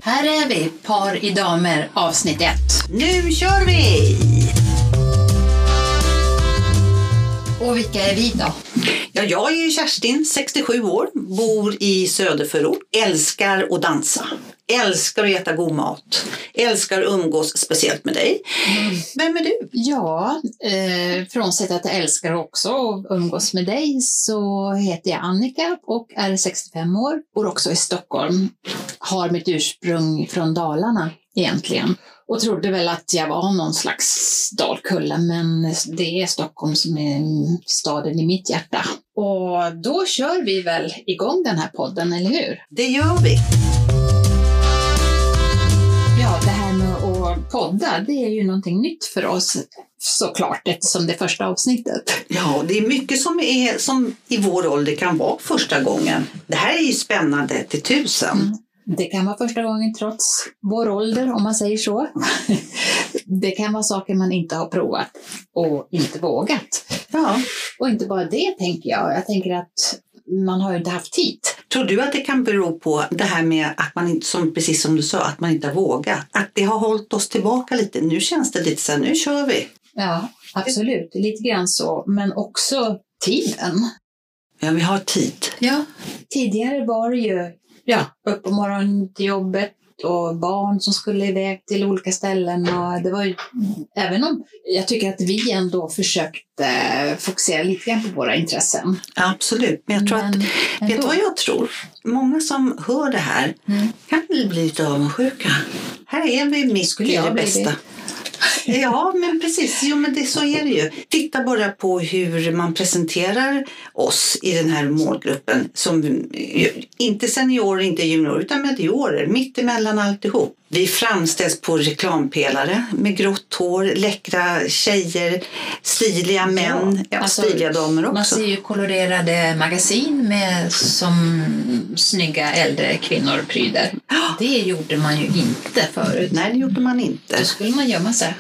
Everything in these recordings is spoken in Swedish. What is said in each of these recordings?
Här är vi, Par i damer, avsnitt 1. Nu kör vi! Och vilka är vi då? Ja, jag är Kerstin, 67 år, bor i Söderförort, älskar att dansa. Älskar att äta god mat. Älskar att umgås, speciellt med dig. Vem är du? Ja, frånsett att jag älskar också att umgås med dig så heter jag Annika och är 65 år. Bor också i Stockholm. Har mitt ursprung från Dalarna egentligen. Och trodde väl att jag var någon slags Dalkulla, men det är Stockholm som är staden i mitt hjärta. Och då kör vi väl igång den här podden, eller hur? Det gör vi. Ja, det här med att podda, det är ju någonting nytt för oss såklart, eftersom det är första avsnittet. Ja, det är mycket som i vår ålder kan vara första gången. Det här är ju spännande till 1000. Mm. Det kan vara första gången trots vår ålder, om man säger så. Det kan vara saker man inte har provat och inte vågat. Ja. Och inte bara det, tänker jag. Jag tänker att man har ju inte haft tid. Tror du att det kan bero på det här med att man inte, precis som du sa, att man inte har vågat? Att det har hållit oss tillbaka lite. Nu känns det lite så här, nu kör vi. Ja, absolut. Lite grann så. Men också tiden. Ja, vi har tid. Ja, tidigare var det ju upp på morgonen till jobbet och barn som skulle iväg till olika ställen. Och det var ju, även om jag tycker att vi ändå försökte fokusera lite grann på våra intressen. Ja, absolut, men jag tror vet du vad jag tror? Många som hör det här kan bli lite avundsjuka. Här är vi mitt i det bästa. Ja, men precis. Jo, men så är det ju. Titta bara på hur man presenterar oss i den här målgruppen som inte seniorer, inte juniorer, utan mediorer, mitt emellan alltihop. Vi framställs på reklampelare med grått hår, läckra tjejer, stiliga män, stiliga damer också. Man ser ju kolorerade magasin med som snygga äldre kvinnor pryder. Det gjorde man ju inte förut. Nej, det gjorde man inte. Då skulle man gömma sig.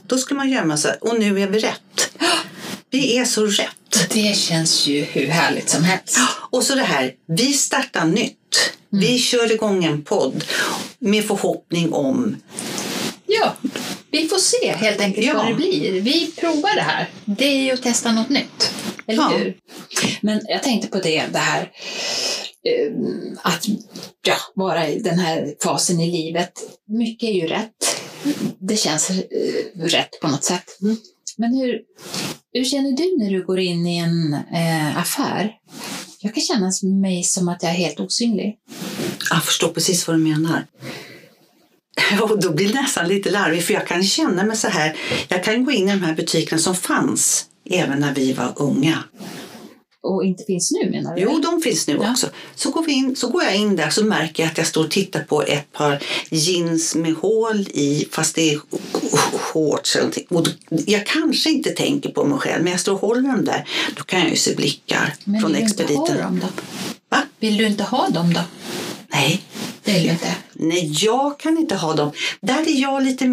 Och nu är vi rätt. Vi är så rätt. Det känns ju hur härligt som helst. Och så det här, vi startar nytt. Vi kör igång en podd med förhoppning om... Ja, vi får se helt enkelt vad det blir. Vi provar det här. Det är ju att testa något nytt. Eller hur? Men jag tänkte på det här att vara i den här fasen i livet. Mycket är ju rätt. Det känns rätt på något sätt. Men hur känner du när du går in i en affär? Jag kan känna mig som att jag är helt osynlig. Jag förstår precis vad du menar. Och då blir det nästan lite larvigt, för jag kan känna mig så här. Jag kan gå in i de här butikerna som fanns även när vi var unga. Och inte finns nu, menar du? Jo, de finns nu också. Så går jag in där, så märker jag att jag står och tittar på ett par jeans med hål i, fast det är shorts eller någonting. Och jag kanske inte tänker på mig själv, men jag står och håller dem där. Då kan jag ju se blickar från expediten. Men vill du inte ha dem då? Va? Vill du inte ha dem då? Nej. Det vill du inte. Nej, jag kan inte ha dem. Där är jag lite...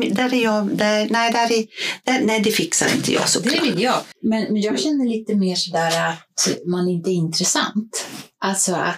Nej, det fixar inte jag såklart. Det vill jag. Men jag känner lite mer sådär att man inte är intressant. Alltså att...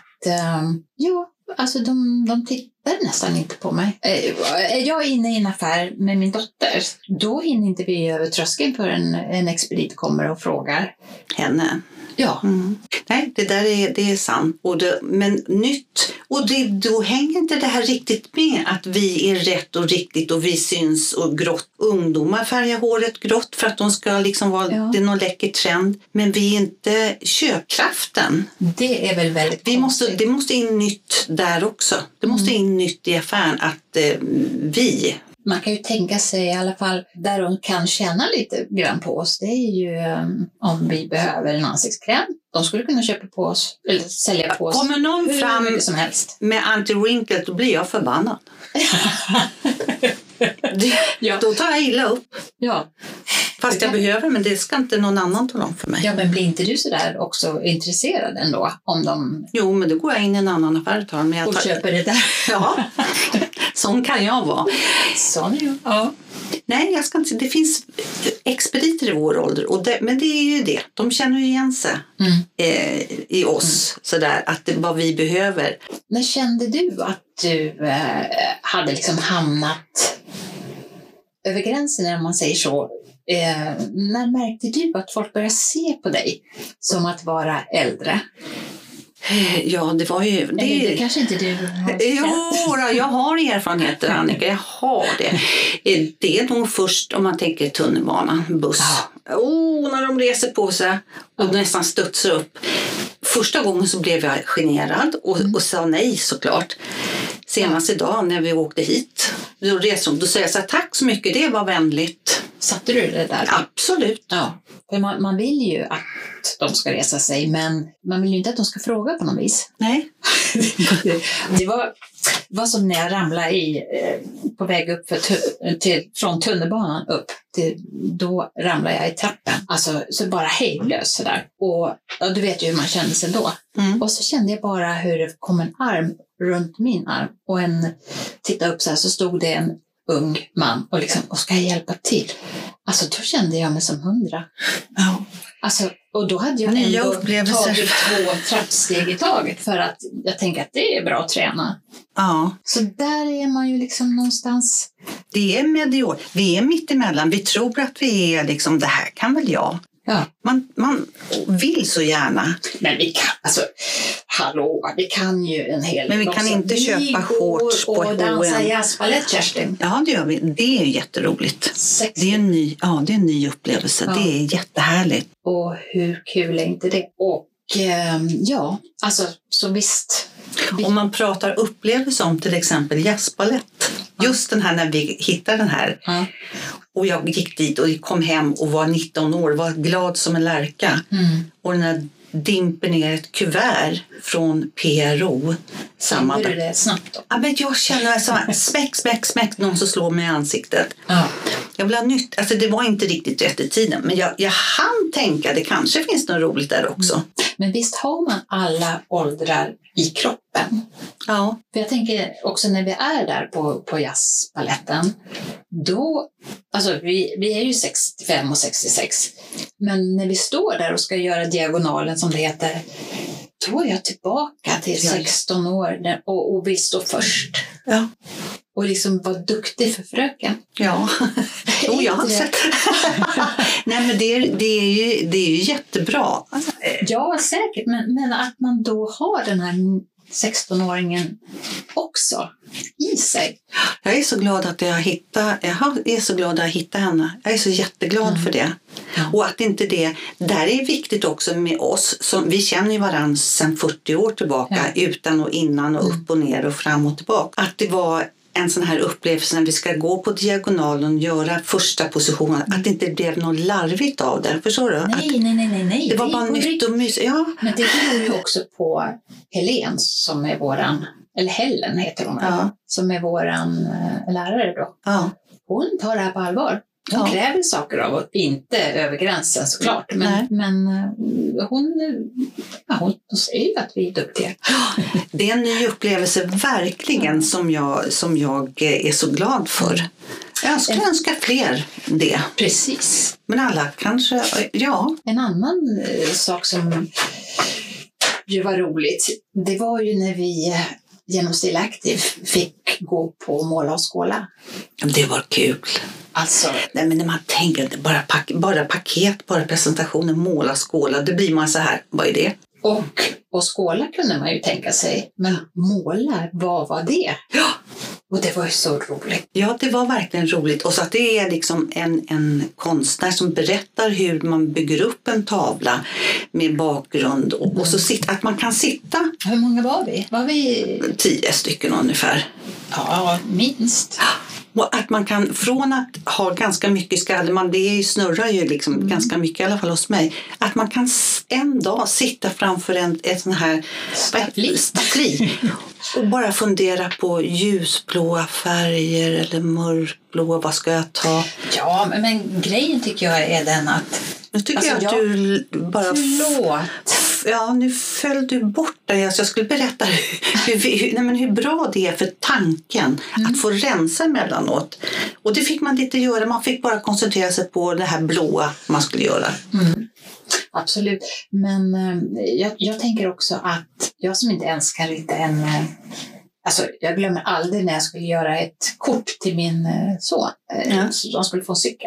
de tittar nästan inte på mig. Är jag inne i en affär med min dotter, då hinner inte vi över tröskeln för en expedit kommer och frågar. Henne? Ja. Nej, det är sant. Men nytt. Och då hänger inte det här riktigt med att vi är rätt och riktigt och vi syns och grått. Ungdomar färgar håret grått för att de ska liksom vara det är någon läcker trend. Men vi är inte köpkraften. Det är väl väldigt konstigt. Det måste in nytt där också. Det måste in nytt i affären att vi... Man kan ju tänka sig i alla fall där de kan tjäna lite grann på oss. Det är ju om vi behöver en ansiktskräm. De skulle kunna köpa på oss eller sälja på oss. Kommer någon fram som helst med anti-wrinkle, då blir jag förbannad. Då tar jag illa upp. Ja. Fast jag behöver, men det ska inte någon annan tala om för mig. Ja, men blir inte du så där också intresserad ändå? Om de... Jo, men då går jag in i en annan affär och tar. Och köper det där. Ja, sån kan jag vara. Sån är jag. Ja. Nej, jag ska inte. Det finns expediter i vår ålder. Men det är ju det. De känner ju igen sig i oss. Sådär, att det är vad vi behöver. När kände du att du hade liksom hamnat över gränsen, om man säger så? När märkte du att folk började se på dig som att vara äldre? Ja, det var ju... Det kanske inte du har. Jo, jag har erfarenheter, Annika. Jag har det. Det är nog först om man tänker tunnelbanan, buss. När de reser på sig och nästan studsar upp. Första gången så blev jag generad och sa nej såklart. Senast idag när vi åkte hit, då säger jag så här, tack så mycket, det var vänligt. Satte du det där? Absolut. Ja, för man vill ju att de ska resa sig, men man vill ju inte att de ska fråga på något vis. Nej. Det var som när jag ramlade på väg upp från tunnelbanan upp. Då ramlade jag i trappen. Alltså så bara hejdlös sådär. Och du vet ju hur man kände sig då. Och så kände jag bara hur det kom en arm runt min arm. Och tittade upp så här, så stod det en ung man och ska jag hjälpa till? Alltså då kände jag mig som 100. Ja. Alltså, och då hade jag ändå tagit 2 trappsteg i taget för att jag tänker att det är bra att träna. Ja. Så där är man ju liksom någonstans. Det är medior. Vi är mitt emellan. Vi tror att vi är liksom, det här kan väl jag. Ja. Man vill så gärna. Men vi kan, alltså, vi kan ju en hel del. Men vi kan inte köpa shorts på och dansa jazzbalett, Kerstin. Ja, det gör vi. Det är jätteroligt. Sexigt. Det är en ny upplevelse. Ja. Det är jättehärligt. Och hur kul är inte det? Och alltså, så visst. Om man pratar upplevelse om till exempel jazzbalett. Just den här när vi hittade den här. Ja. Och jag gick dit och kom hem och var 19 år. Var glad som en lärka. Och den här dimper ner ett kuvert från PRO. Samma du det snabbt då? Ja, men jag känner så här, smäck, någon som slår mig i ansiktet. Ja. Jag vill ha nytt. Alltså det var inte riktigt rätt i tiden. Men jag hann tänka, det kanske finns något roligt där också. Men visst har man alla åldrar i kroppen? Ja. För jag tänker också när vi är där på jazzbaletten, då, alltså vi är ju 65 och 66, men när vi står där och ska göra diagonalen som det heter, då är jag tillbaka till 16 år och vill stå först. Ja. Och liksom vara duktig för fröken. Ja, jag har sett. Nej, men det är ju jättebra. Ja, säkert. Men att man då har den här 16-åringen också i sig. Jag är så glad att jag är så glad att jag hittade henne. Jag är så jätteglad för det. Ja. Och att inte det, där är viktigt också med oss, som vi känner ju varandra sedan 40 år tillbaka, utan och innan och upp och ner och fram och tillbaka. Att det var en sån här upplevelse när vi ska gå på diagonalen och göra första positionen, att det inte blev något larvigt av det. Förstår du? Nej. Det var bara nytt och mys. Ja. Men det beror ju också på Helen som är våran, eller Helen heter hon, som är våran lärare då. Ja. Hon tar det här på allvar. Hon kräver saker av oss, inte över gränsen såklart. Men hon säger ju att vi är duktiga. Det är en ny upplevelse verkligen som jag är så glad för. Jag skulle önska fler det. Precis. Men alla kanske, En annan sak som ju var roligt, det var ju när vi genom Still Active fick gå på Måla och skåla. Det var kul. Alltså, nej, men när man tänker bara paket, bara presentationer, måla, skåla, det blir man så här, vad är det? Och skåla kunde man ju tänka sig, men måla, vad var det? Ja. Och det var ju så roligt. Ja, det var verkligen roligt. Och så att det är liksom en konstnär som berättar hur man bygger upp en tavla med bakgrund. Och så att man kan sitta. Hur många var vi? Var vi 10 stycken ungefär. Ja, minst. Och att man kan, från att ha ganska mycket skalle, det snurrar ju liksom ganska mycket i alla fall hos mig, att man kan en dag sitta framför ett sån här staffli och bara fundera på ljusblåa färger eller mörkblå, vad ska jag ta? Ja, men grejen tycker jag är den att... Jag tycker att du bara... Förlåt. nu föll du bort där. Jag skulle berätta hur bra det är för tanken att få rensa emellanåt. Och det fick man inte göra. Man fick bara koncentrera sig på det här blåa man skulle göra. Absolut. Men jag tänker också att jag som inte ens kan rita alltså jag glömmer aldrig när jag skulle göra ett kort till min son. Så de skulle få en cykel.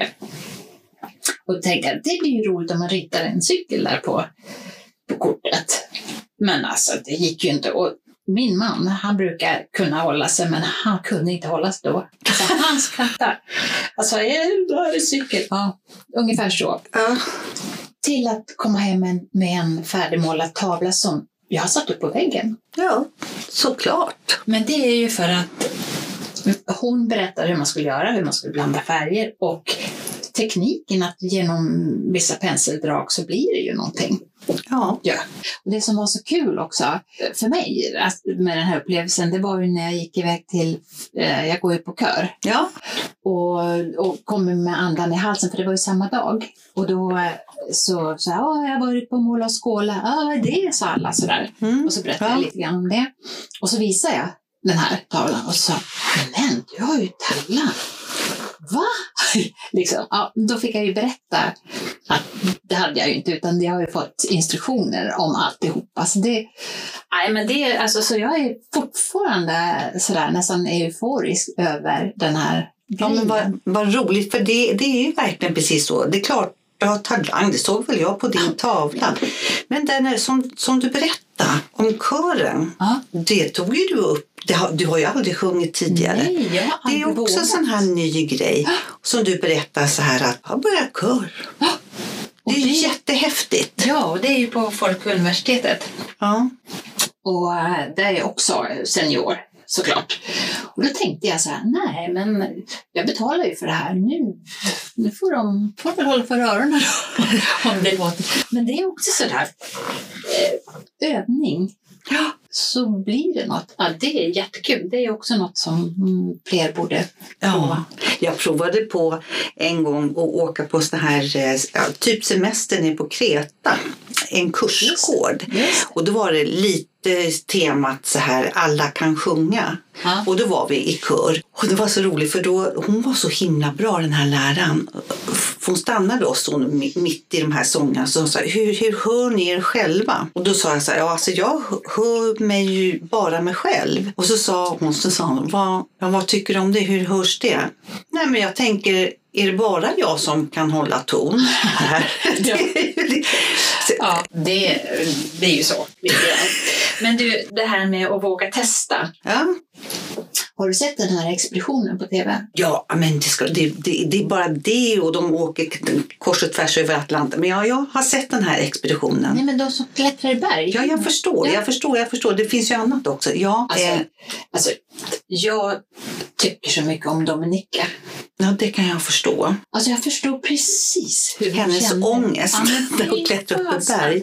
Och tänkte att det blir ju roligt om man ritar en cykel där på kortet. Men alltså det gick ju inte. Och min man, han brukar kunna hålla sig, men han kunde inte hålla sig då. Så han skrattar. Alltså, då är det cykel. Ja, ungefär så. Till att komma hem med en färdigmålad tavla som jag har satt upp på väggen. Ja, såklart. Men det är ju för att hon berättar hur man skulle göra, hur man skulle blanda färger och tekniken att genom vissa penseldrag så blir det ju någonting. Ja. Och det som var så kul också för mig med den här upplevelsen, det var ju när jag gick iväg till, jag går ju på kör. Ja. Och kom med andan i halsen, för det var ju samma dag. Och då så jag har varit på Måla och Skåla. Vad är det, sa alla sådär. Och så berättade jag lite grann om det. Och så visade jag den här tavlan och sa, men du har ju talang. Va? Liksom, då fick jag ju berätta att det hade jag ju inte, utan jag har ju fått instruktioner om alltihopa. Så så jag är fortfarande sådär nästan euforisk över den här grejen. Ja, men vad roligt, för det är ju verkligen precis så. Det är klart, jag har talang, det såg väl jag på din tavla. Men den är som du berättade om kören, det tog ju du upp. Du har ju aldrig sjungit tidigare. Nej, det är också en sån här ny grej som du berättar så här att jag börjar kör. Det är ju jättehäftigt. Ja, och det är ju på Folkuniversitetet. Ja. Och det är också senior, såklart. Och då tänkte jag så här, nej men jag betalar ju för det här nu får de väl hålla för öronen om det låter. Men det är också så där övning. Ja. Så blir det något. Ja, det är jättekul. Det är också något som fler borde prova. Jag provade på en gång att åka på sån här typ semester ner på Kreta. En kursgård. Och då var det lite temat så här, alla kan sjunga. Och då var vi i kör. Och det var så roligt, för då, hon var så himla bra, den här läraren. Hon stannade oss mitt i de här sångerna. Så hon sa, hur hör ni er själva? Och då sa jag så här, jag hör mig ju bara mig själv. Och så sa hon, vad tycker du om det? Hur hörs det? Nej, men jag tänker, är det bara jag som kan hålla ton här? Det är ju så. Men du, det här med att våga testa. Ja. Har du sett den här expeditionen på tv? Ja, men det är bara det, och de åker kors och tvärs över Atlanten. Men jag har sett den här expeditionen. Nej, men de som klättrar i berg. Ja, jag förstår. Det finns ju annat också. Ja, alltså, jag tycker så mycket om Dominika. Ja, det kan jag förstå. Alltså jag förstår precis hur hennes ångest när hon klättrar upp i berg.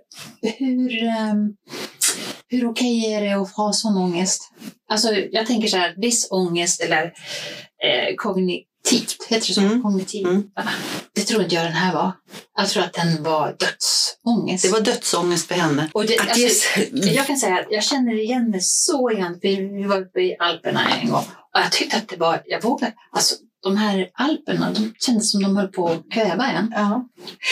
Hur okej är det att ha sån ångest? Alltså jag tänker så här, viss ångest eller kognitivt, heter det så? Kognitiv. Det tror inte jag den här var. Jag tror att den var dödsångest. Det var dödsångest för henne. Och jag kan säga att jag känner igen mig så igen. Vi var uppe i Alperna en gång. Och jag tyckte att det var, jag vågade, alltså de här Alperna, de kändes som de höll på att kväva en. Ja.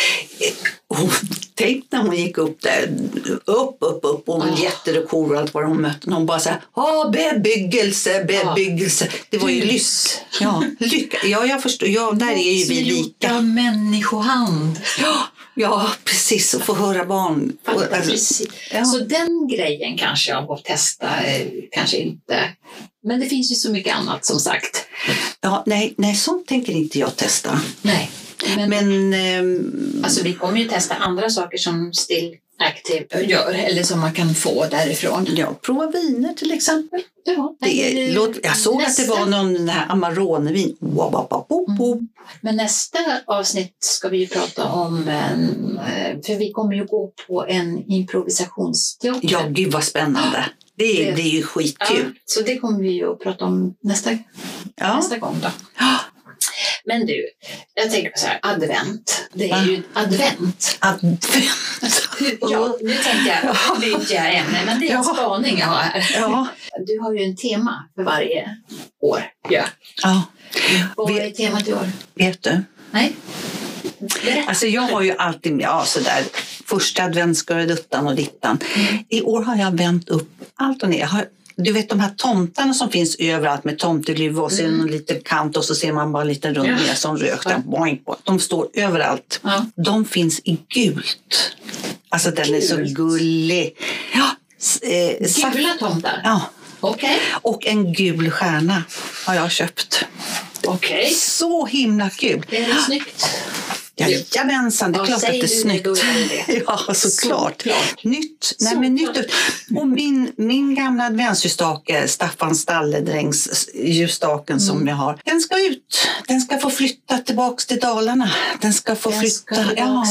Tänk när hon gick upp där, upp och hon jätterekord och allt vad hon mötte. Hon bara så här, bebyggelse. Det var ju lyss. Ja, lycka. Ja, jag förstår. Ja, där är ju vi lika. Människohand. Ja, precis. Och få höra barn. Så den grejen kanske jag får testa, kanske inte. Men det finns ju så mycket annat, som sagt. Ja, nej, sånt tänker inte jag testa. Nej. Men alltså vi kommer ju testa andra saker som Still Active gör, eller som man kan få därifrån. Ja, prova viner till exempel. Ja, jag såg att det var någon här Amarone-vin. Men nästa avsnitt ska vi ju prata om, för vi kommer ju gå på en improvisationsteater. Ja, gud vad spännande. Det är ju skitkul. Ja, så det kommer vi ju att prata om nästa gång då. Men du, jag tänker på så här, advent. Det är ju advent. Advent. Ja, nu tänkte jag byta ämne, men det är en spaning jag har här. Ja. Du har ju en tema för varje år. Ja. Vad är temat i år? Vet du? Nej. Alltså jag har ju alltid, sådär, första advent ska duttan och dittan. I år har jag vänt upp allt och ner. Du vet de här tomtarna som finns överallt med tomtegluv och så en liten kant och så ser man bara en liten rund ner som rök där. Boing, boing. De står överallt. Ja. De finns i gult. Alltså den är så gullig. Ja, gula tomtar? Ja. Okay. Och en gul stjärna har jag köpt. Okay. Så himla kul. Det är snyggt. Jajamensan, det är klart att det är snyggt. Ja, såklart. Nytt. Nej, men nytt. Och min gamla adventsljusstake, Staffan Stalledrängs ljusstaken som jag har, den ska ut. Den ska få flytta tillbaks till Dalarna. Den ska få flytta.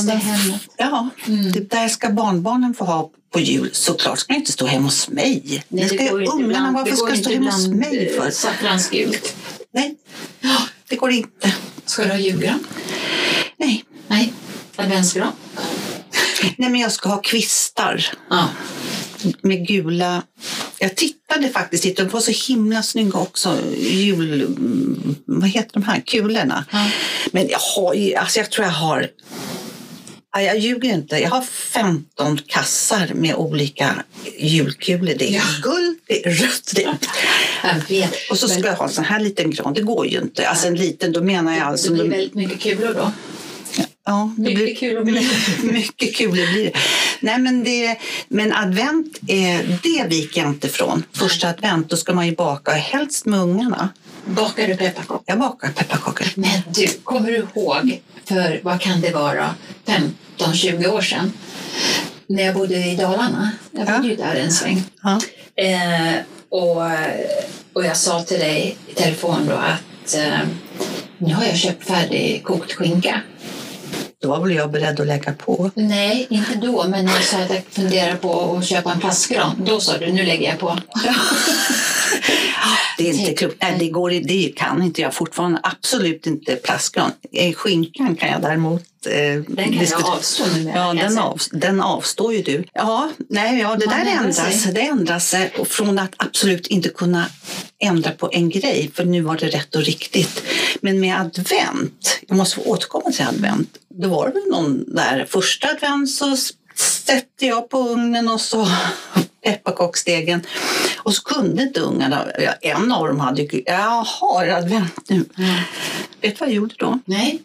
Det där ska barnbarnen få ha på jul. Såklart ska inte stå hemma hos mig. Nej, det ska ungarna, varför ska stå hemma hos mig för? Saffransgult. Nej, det går inte. Ska du ha julgran? Nej. Adventsgran? Nej, men jag ska ha kvistar. Med gula. Jag tittade faktiskt hit. De var så himla snygga också. Vad heter de här kulorna? Men jag har ju, alltså jag tror jag har, jag ljuger inte. Jag har 15 kassar med olika julkulor. Det är guld, det är rött, det är... Jag vet. Och så ska jag ha en sån här liten gran. Det går ju inte. Alltså en liten, då menar jag alltså... Det blir väldigt mycket kulor då. Ja, mycket kul blir det. Mycket kul blir det. Nej, men advent, det viker jag inte från. Första advent, då ska man ju baka, helst med ungarna. Bakar du pepparkakor? Jag bakar pepparkakor. Men du, kommer du ihåg, för vad kan det vara, 15-20 år sedan, när jag bodde i Dalarna? Jag bodde ju där en sväng. Ja. Och jag sa till dig i telefon då att nu har jag köpt färdig kokt skinka. Då var väl jag beredd att lägga på? Nej, inte då. Men när jag sa att jag funderar på att köpa en plastgran, då sa du, nu lägger jag på. Det är inte klokt. Nej, det kan inte jag fortfarande. Absolut inte plastgran. Skinkan kan jag däremot... Den kan jag avstå nu med. Ja, den avstår ju du. Det ändras från att absolut inte kunna ändra på en grej, för nu var det rätt och riktigt. Men med advent, jag måste få återkomma till advent, det var väl någon där, första advent så sätter jag på ugnen och så pepparkaksdegen. Och så kunde inte ungarna, en av dem hade ju, jag har advent nu. Vet du vad jag gjorde då? Nej.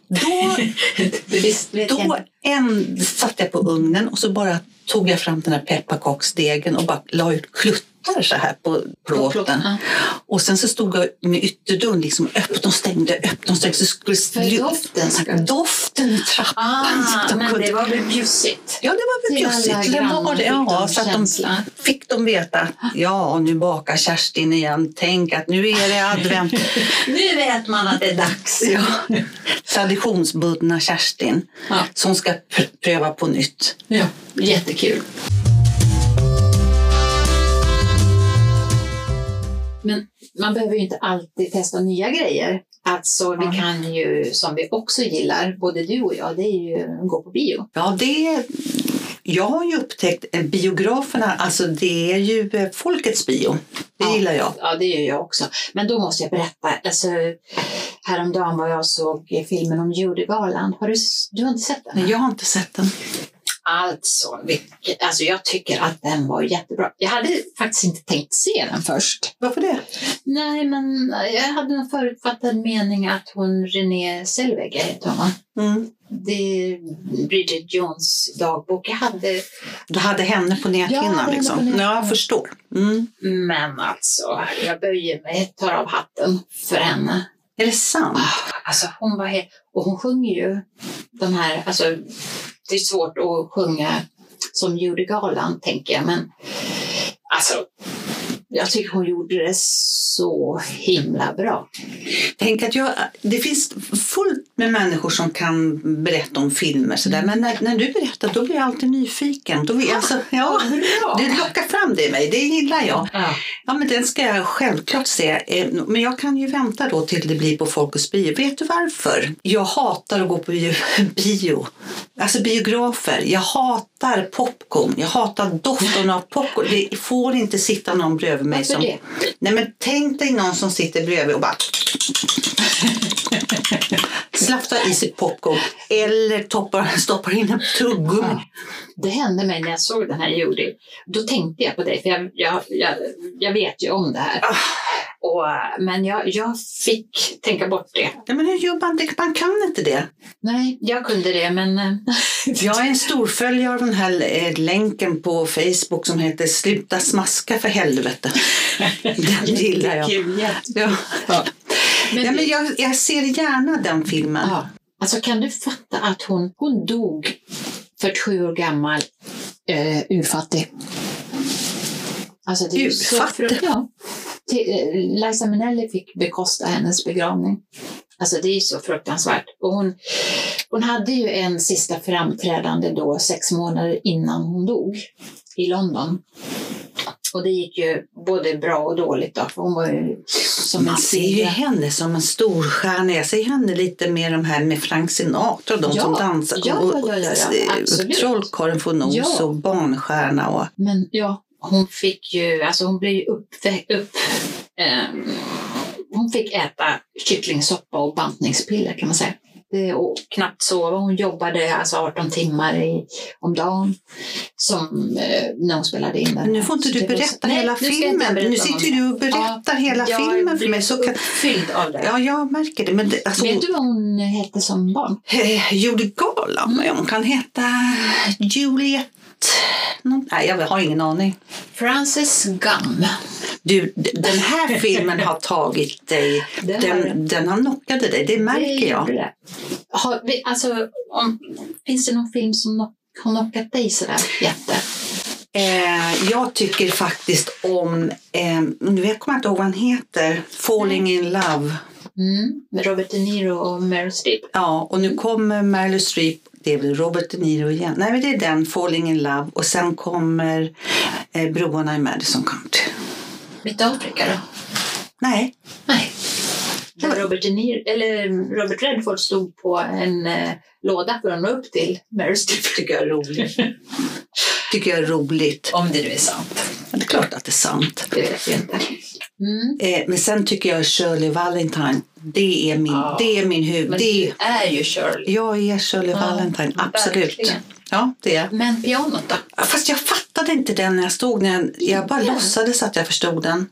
Då satte jag på ugnen och så bara tog jag fram den här pepparkaksdegen och bara la ut kluttar så här på plåten. Och sen så stod jag med ytterdörren liksom öppet och stängde så skulle doften i trappan. Men det var väl bjussigt? Ja, det var väl bjussigt. Så att fick de veta att nu bakar Kerstin igen. Tänk att nu är det advent. Nu vet man att det är dags. Ja. Traditionsbundna Kerstin som ska pröva på nytt. Ja, jättekul. Men man behöver ju inte alltid testa nya grejer. Alltså vi kan ju, som vi också gillar, både du och jag, det är ju att gå på bio. Ja, jag har ju upptäckt biograferna, alltså det är ju folkets bio. Det gillar jag. Ja, det gör jag också. Men då måste jag berätta, alltså häromdagen var jag såg filmen om Judegalan. Du har inte sett den? Nej, jag har inte sett den. Alltså jag tycker att den var jättebra. Jag hade faktiskt inte tänkt se den först. Varför det? Nej, men jag hade en förutfattad mening att hon Renée Zellweger heter hon, va? Det är Bridget Jones dagbok. Du hade henne på näthinnan liksom? Ja, jag förstår. Men alltså, jag böjer mig, tar av hatten för henne. Är det sant? Alltså hon var och hon sjunger ju de här, alltså det är svårt att sjunga som Judegalan, tänker jag, men alltså jag tycker hon gjorde det så himla bra. Tänk att det finns fullt med människor som kan berätta om filmer sådär. Men när du berättar, då blir jag alltid nyfiken. Då det lockar fram det i mig. Det gillar jag. Ja, men den ska jag självklart se. Men jag kan ju vänta då till det blir på Folkets bio. Vet du varför? Jag hatar att gå på bio. Alltså biografer. Jag hatar popcorn. Jag hatar doften av popcorn. Det får inte sitta någon bredvid mig som... Det? Nej, men tänk dig någon som sitter bredvid och bara... slaftar i sitt popcorn. Eller stoppar in en tuggummi. Ja. Det hände mig när jag såg den här Judy. Då tänkte jag på dig. För jag vet ju om det här. Men jag fick tänka bort det. Ja, men hur gör man det? Man kan inte det. Nej, jag kunde det, men... Jag är en storföljare av den här länken på Facebook som heter Sluta smaska för helvete. Den gillar jag. Ja. Men jag ser gärna den filmen. Ja. Alltså, kan du fatta att hon dog 47 år gammal, urfattig. Alltså, det är urfattig? Ja. Liza Minnelli fick bekosta hennes begravning. Alltså det är så fruktansvärt. Och hon hade ju en sista framträdande då 6 månader innan hon dog i London. Och det gick ju både bra och dåligt då. För hon var ju som man ser ju henne som en stor stjärna. Jag ser henne lite med de här med Frank Sinatra och de som dansar. Absolut. Trollkarlen från Nos och barnstjärna. Och... Men hon fick ju, alltså hon blev ju hon fick äta kycklingsoppa och bantningspiller kan man säga. Och knappt sova. Hon jobbade alltså 18 timmar om dagen när hon spelade in den. Nu får inte du berätta hela filmen. Nu sitter du och berättar hela filmen för mig. Så fylld av det. Ja, jag märker det. Men vet du vad hon hette som barn? Judy Garland. Hon kan heta Juliet. Nej, jag har ingen aning. Frances Gunn. Du, den här filmen har tagit dig. Den har knockade dig, det märker jag. Finns det någon film som har knockat dig sådär jätte? Jag tycker faktiskt om, nu kommer jag inte ihåg vad han heter, Falling in Love. Med Robert De Niro och Meryl Streep. Ja, och nu kommer Meryl Streep. Det är väl Robert De Niro igen. Nej, men det är den, Falling in Love. Och sen kommer Broarna i Madison County. Mitt Afrika då? Nej. Robert De Niro, eller Robert Redford stod på en låda för att nå upp till Meryl Streep. Tycker jag är roligt. Om det nu är sant. Men det är klart att det är sant. Det vet jag inte. Men sen tycker jag Shirley Valentine. Det är min huvud. Men du är ju Shirley. Jag är Shirley Valentine, absolut. Verkligen. Ja, det är. Men pianot då? Fast jag fattade inte den när jag stod. Jag bara låtsades att jag förstod den.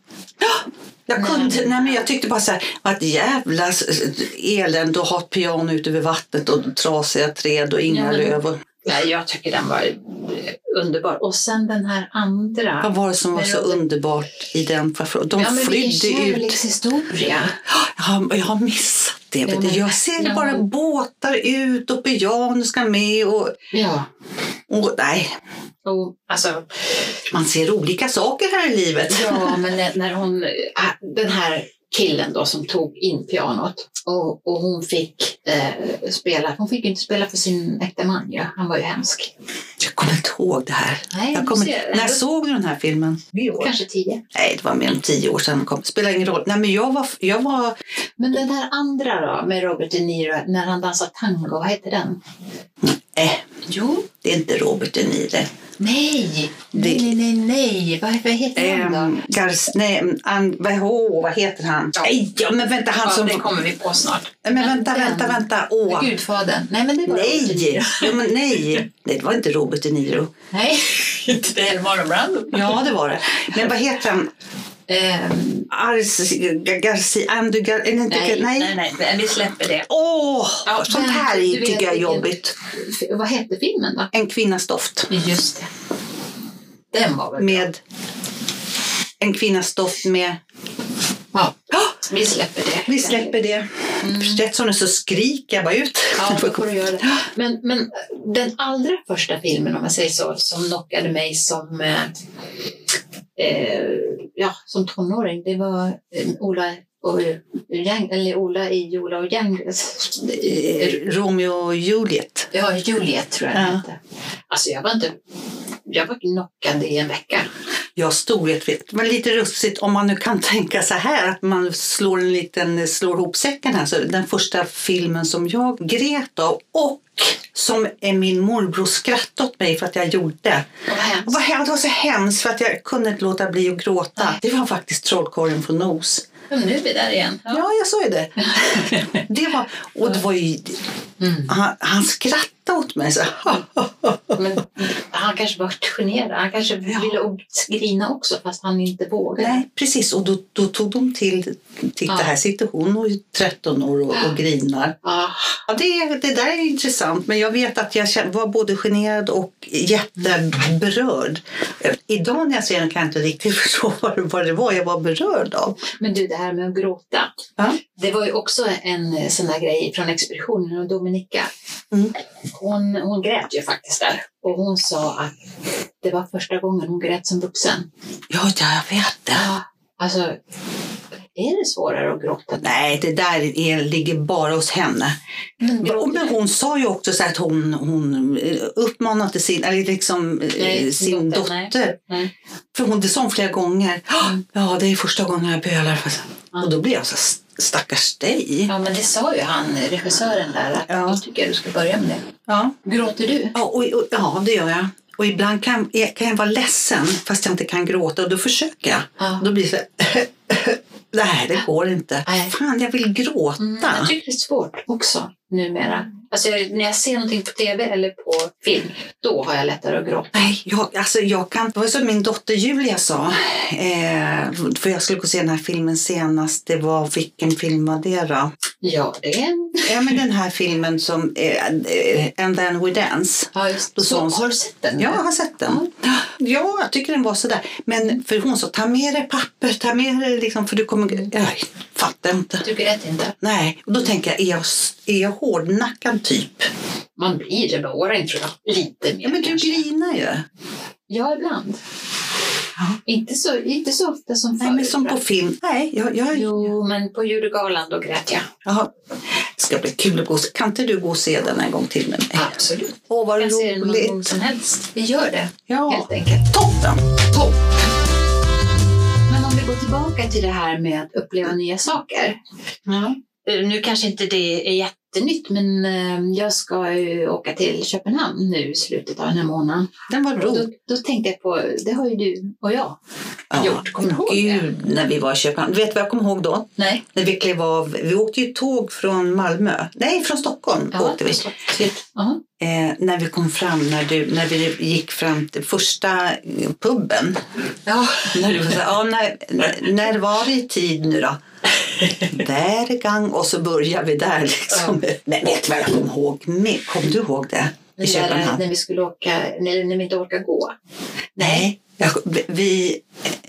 Jag tyckte bara så här, att jävla elände att ha ett piano ute vid vattnet och trasiga träd och inga löv. Nej, jag tycker den var underbar. Och sen den här andra. Vad var det som var så underbart i den? De flydde ut. Kärlekshistoria. Jag har missat det. Jag ser bara båtar ut och piano ska med. Och nej. Och, alltså, man ser olika saker här i livet. Ja, men när den här killen då som tog in pianot och hon fick spela. Hon fick inte spela för sin äkta man. Ja. Han var ju hemsk. Jag kommer inte ihåg det här. Nej, när såg du den här filmen? Kanske 10. Nej, det var mer än 10 år sedan. Spelar ingen roll. Nej, men jag var... Men den här andra då med Robert De Niro när han dansar tango, vad heter den? Jo, det är inte Robert De Niro. Nej. Vad heter han då? Vad heter han? Nej, men vänta, han som... det kommer vi på snart. Men vänta. Gudfadern. Nej, men det var nej, det var inte Robert De Niro. Nej, inte det heller Marlon Brando. Ja, det var det. Men vad heter han? Nej, vi släpper det. Sånt här tycker jag är jobbigt. Vad hette filmen då? En kvinnas doft. Just det. Den var väl med bra. En kvinnas doft med... Ja, vi släpper det. Rätt som det så skriker jag bara ut. Ja, då får du göra det. Men den allra första filmen, om man säger så, som knockade mig som tonåring, det var eller Ola i Ola och Young. Romeo och Juliet. Ja, Juliet tror jag det hette. Alltså jag var knockad i en vecka. Ja, storhet. Men lite rustigt om man nu kan tänka så här att man slår ihop säcken här. Så den första filmen som jag grät av och som min morbror skrattade åt mig för att jag gjorde. Det var så hemskt för att jag kunde inte låta bli att gråta. Nej. Det var faktiskt Trollkarlen från Nos. Nu är vi där igen. Ja, jag sa ju det. Det var ju... Han skrattade åt mig så. Men han kanske var generad. Han kanske ville grina också fast han inte vågade. Nej, precis. Och då tog de till... Titta, här sitter hon och är 13 år och grinar. Ja, det där är intressant. Men jag vet att jag var både generad och jätteberörd. Idag när jag ser den kan jag inte riktigt förstå vad det var jag var berörd av. Men du, det här med att gråta. Ja? Det var ju också en sån här grej från expeditionen och Dominika. Hon grät ju faktiskt där. Och hon sa att det var första gången hon grät som vuxen. Ja, jag vet det. Ja, alltså, är det svårare att gråta? Nej, det där ligger bara hos henne. Men hon sa ju också så att hon uppmanade sin dotter. Nej. För det sa hon flera gånger. Ja, det är första gången jag bölar. Och då blir jag så stackars dig. Ja, men det sa ju han, regissören där. Att då tycker jag du ska börja med det. Ja. Gråter du? Ja, det gör jag. Och ibland kan jag vara ledsen fast jag inte kan gråta. Och då försöker jag. Ja. Då blir det så nej, det går inte. Nej. Fan, jag vill gråta. Jag tycker det är svårt också numera. Alltså när jag ser någonting på tv eller på film, då har jag lättare att gråta. Nej, jag kan... Det var som min dotter Julia sa. För jag skulle gå se den här filmen senast. Vilken film var det då? Ja, det är Ja, men den här filmen som And Then We Dance. Ja, just det. Har du sett den? Ja, jag har sett den. Ja, jag tycker den var sådär. Men för hon sa, ta med dig papper, ta med dig liksom, för du kommer... Jag fattar inte. Du grät inte? Nej, och då tänker jag, är jag hårdnackad typ? Man blir det med åren, tror jag. Lite mer. Ja, men du grinar ju. Ja, ibland. Ja. Inte så ofta som förr. Nej, men som på film. Nej, Jo, men på Judegalan då grät jag. Jaha. Det ska bli kul att gå. Kan inte du gå och se den en gång till med mig? Absolut. Vad jag roligt. ser den någon gång som helst. Vi gör det. Ja. Helt enkelt. Toppen. Topp. Men om vi går tillbaka till det här med att uppleva nya saker. Ja. Nu kanske inte det är jättenytt, men jag ska ju åka till Köpenhamn nu i slutet av den här månaden. Den var rolig. Då tänkte jag på, det har ju du och jag gjort. Kommer du ihåg det? När vi var i Köpenhamn. Du vet vad jag kommer ihåg då? Nej. När vi åkte ju tåg från Malmö. Nej, från Stockholm åkte vi. När vi kom fram, när vi gick fram till första puben. Ja. När du var så, när var det i tid nu då? Där är gång och så börjar vi där liksom. Ja. Men vet du vad jag kommer ihåg? Kom du ihåg det? I Köpenhamn? När vi skulle åka, när vi inte orkar gå. Nej. Vi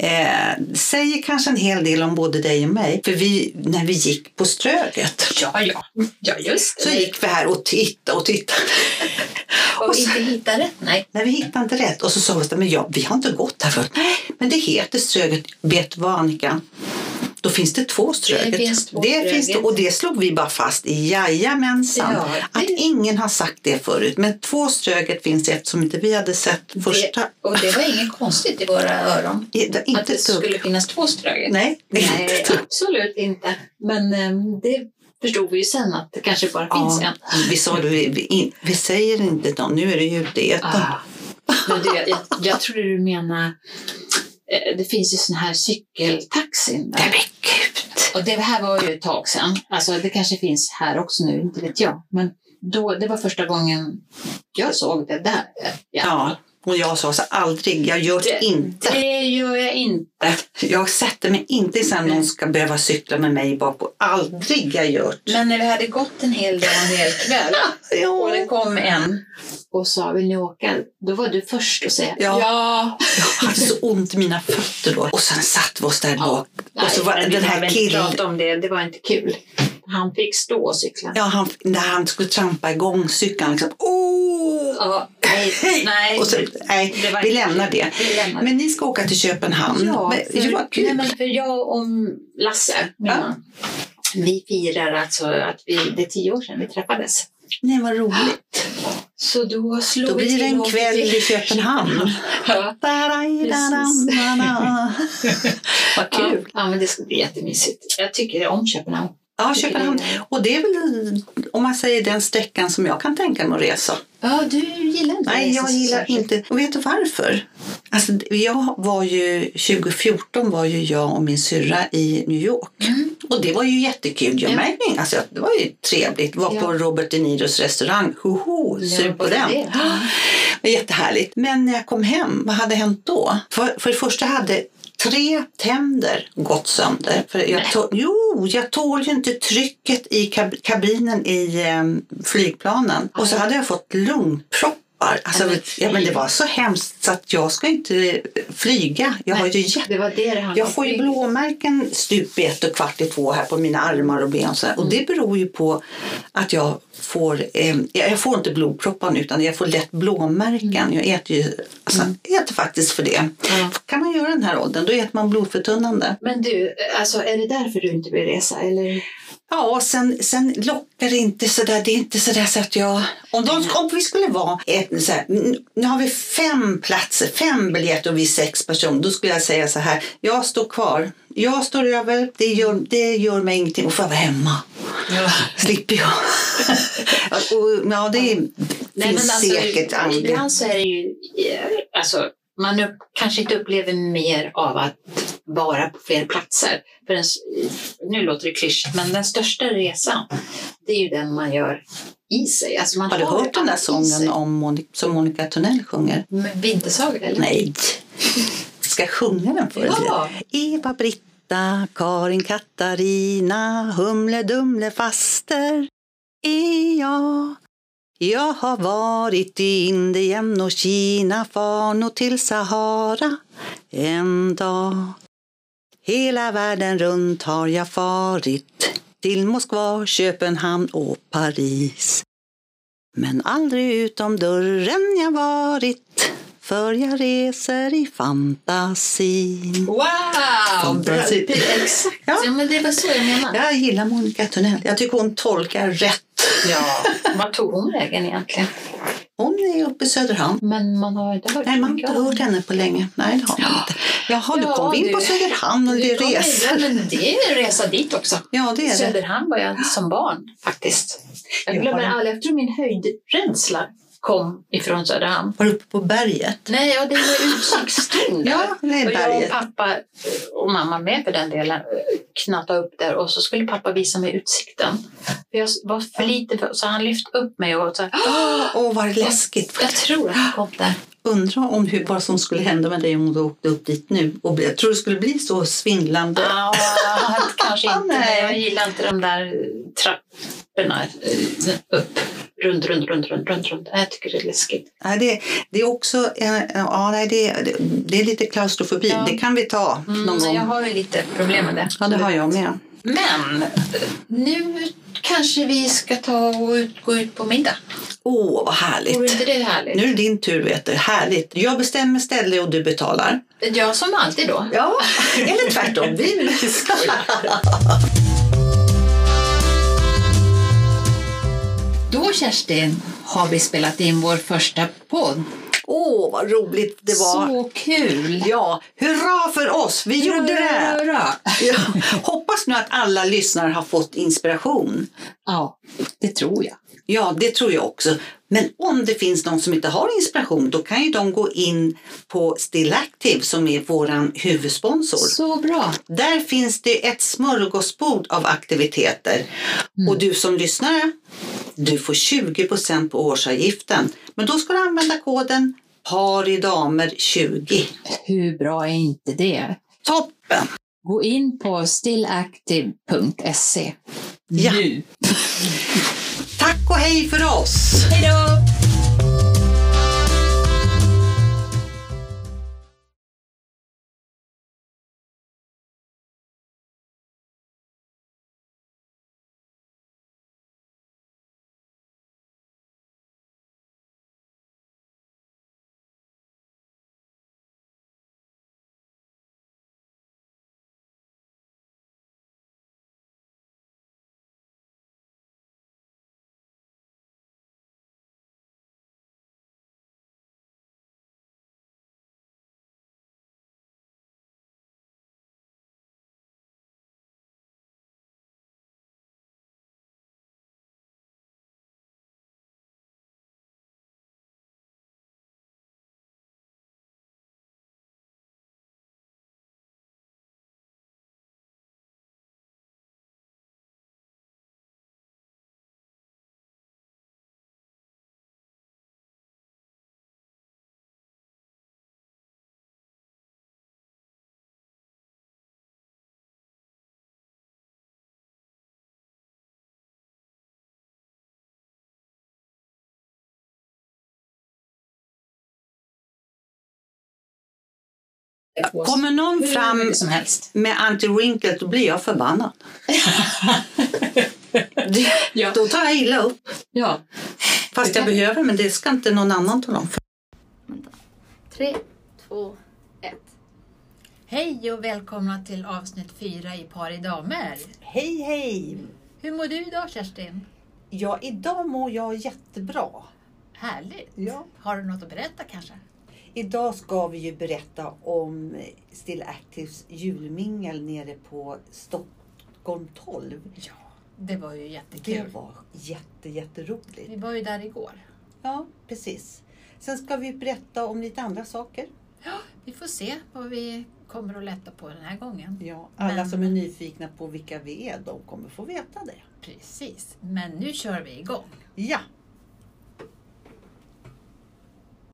säger kanske en hel del om både dig och mig. För när vi gick på Ströget. Ja, just det. Så gick vi här och tittade. Och inte hittade rätt, nej. Nej, vi hittade inte rätt. Och så sa vi, men vi har inte gått här förut. Nej, men det heter Ströget. Vet du vad, Annika? Då finns det 2 Ströget. Det finns det, och det slog vi bara fast i jajamensan. Ja, att ingen har sagt det förut. Men 2 Ströget finns det eftersom inte vi hade sett första. Och det var inget konstigt i våra öron. Att det skulle finnas 2 Ströget. Nej, absolut inte. Men det förstod vi ju sen att det kanske bara finns en. Vi sa det, vi säger inte då. Nu är det ju det. Men jag tror du menar... Det finns ju sån här cykeltaxin. Nej, men gud. Och det här var ju ett tag sedan. Alltså det kanske finns här också nu, inte vet jag. Men det var första gången jag såg det där. Ja, och jag sa så aldrig, jag gör det inte. Det gör jag inte. Jag sätter mig inte sen någon ska behöva cykla med mig bakpå. Aldrig jag gjort. Men när vi hade gått en hel dag, en hel kväll. Och det kom en och sa, vill ni åka? Då var du först att säga ja. Jag hade så ont i mina fötter då. Och sen satt vi oss där bak. Och så var den här killen. Om det var inte kul. Han fick stå och cykla. Ja, när han skulle trampa igång cykeln liksom. Ja, Nej. Och så, nej, vi lämnar det. Men ni ska åka till Köpenhamn. Ja, det var kul. för jag och Lasse, min man, vi firar alltså att det är 10 år sedan vi träffades. Nej, vad roligt. Så då blir det en kväll i Köpenhamn. Ja. Vad kul. Ja, men det ska bli jättemysigt. Jag tycker om Köpenhamn. Ja, Köpenhamn. Och det är väl, om man säger, den sträckan som jag kan tänka mig att resa. Ja, du gillar inte. Nej, jag gillar inte. Och vet du varför? Alltså, 2014 var ju jag och min syrra i New York. Och det var ju jättekul. Jag märkte, alltså, det var ju trevligt. Var på Robert De Niros restaurang. Sug på den. Det var jättehärligt. Men när jag kom hem, vad hade hänt då? För det första hade 3 tänder gått sönder. För jag tål ju inte trycket i kabinen i flygplanen. Och så hade jag fått lungproppar. Alltså, men det var så hemskt så att jag ska inte flyga. Jag har ju jag får ju blåmärken stup i 1 och kvart i 2 här på mina armar och ben. Och det beror ju på att jag får inte blodproppar utan jag får lätt blåmärken. Jag äter ju äter faktiskt för det. Kan man göra den här åldern, då äter man blodförtunnande. Men du, alltså är det därför du inte vill resa eller? Ja, sen lockar det inte sådär. Det är inte sådär så att jag... Om vi skulle vara nu har vi 5 platser, 5 biljetter och vi är 6 personer. Då skulle jag säga så här: jag står kvar. Jag står över. Det gör mig ingenting. Och får jag vara hemma. Ja. Slipper jag. Det finns säkert andra. Ibland så är det ju... Alltså, man kanske inte upplever mer av att vara på fler platser. Nu låter det klyschigt, men den största resan, det är ju den man gör i sig. Alltså har du hört den där sången som Monica Tunnell sjunger? Vintersaga, eller? Nej. Ska jag sjunga den för dig? Ja. Eva, Britta, Karin, Katarina, Humle, Dumle, faster. Jag har varit i Indien och Kina, far nog till Sahara en dag. Hela världen runt har jag farit, till Moskva, Köpenhamn och Paris. Men aldrig utom dörren jag varit, för jag reser i fantasin. Wow! Fantasi. Exakt, ja, men det var så jag menar. Jag gillar Monica Tunnell. Jag tycker hon tolkar rätt. Ja, vad tog hon vägen egentligen? Hon är uppe i Söderhamn. Men man har inte hört. Nej, man har inte hört henne på länge. Nej, det har man inte. Jaha, du kom in på Söderhamn och det är resa. Ja, men det är en resa dit också. Ja, det är det. Söderhamn var jag som barn faktiskt. Jag glömmer aldrig. Jag tror min höjdrädsla kom ifrån Söderhamn. Var du uppe på berget? Nej, det var utsiktstorn där. Ja, det är berget. Och jag och pappa och mamma med för den delen knattade upp där och så skulle pappa visa mig utsikten. För jag var för liten så han lyfte upp mig och så här, vad läskigt. Jag tror att han kom där. Undrar om vad som skulle hända med dig om du åkte upp dit nu. Och jag tror det skulle bli så svindlande. Ja, kanske inte. Men jag gillar inte de där trapporna upp. Runt. Jag tycker det är läskigt. Det är också det är lite klaustrofobi. Ja. Det kan vi ta någon gång. Jag har ju lite problem med det. Ja, det har jag med. Men nu kanske vi ska gå ut på middag. Vad härligt. Vore inte det härligt? Nu är det din tur, vet du. Härligt. Jag bestämmer ställe och du betalar. Ja, som alltid då. Ja, eller tvärtom. Då, Kerstin, har vi spelat in vår första podd. Vad roligt det var. Så kul. Ja, hurra för oss. Vi gjorde det. Hurra. Ja, hoppas nu att alla lyssnare har fått inspiration. Ja, det tror jag. Ja, det tror jag också. Men om det finns någon som inte har inspiration, då kan ju de gå in på Still Active som är våran huvudsponsor. Så bra. Där finns det ett smörgåsbord av aktiviteter. Och du som lyssnare, du får 20% på årsavgiften. Men då ska du använda koden PARIDAMER20. Hur bra är inte det? Toppen! Gå in på stillactive.se. Ja. Nu. Tack och hej för oss! Hej då! Kommer någon fram som helst med anti-wrinkle, då blir jag förbannad. Då tar jag illa upp. Ja. Fast jag behöver, men det ska inte någon annan tala om. 3, 2, 1. Hej och välkomna till avsnitt 4 i Par i damer. Hej, hej! Hur mår du idag, Kerstin? Ja, idag mår jag jättebra. Härligt. Ja. Har du något att berätta kanske? Idag ska vi ju berätta om Still Actives julmingel nere på Stockholm 12. Ja, det var ju jättekul. Det var jätteroligt. Vi var ju där igår. Ja, precis. Sen ska vi berätta om lite andra saker. Ja, vi får se vad vi kommer att lätta på den här gången. Ja, alla som är nyfikna på vilka vi är, de kommer få veta det. Precis, men nu kör vi igång. Ja.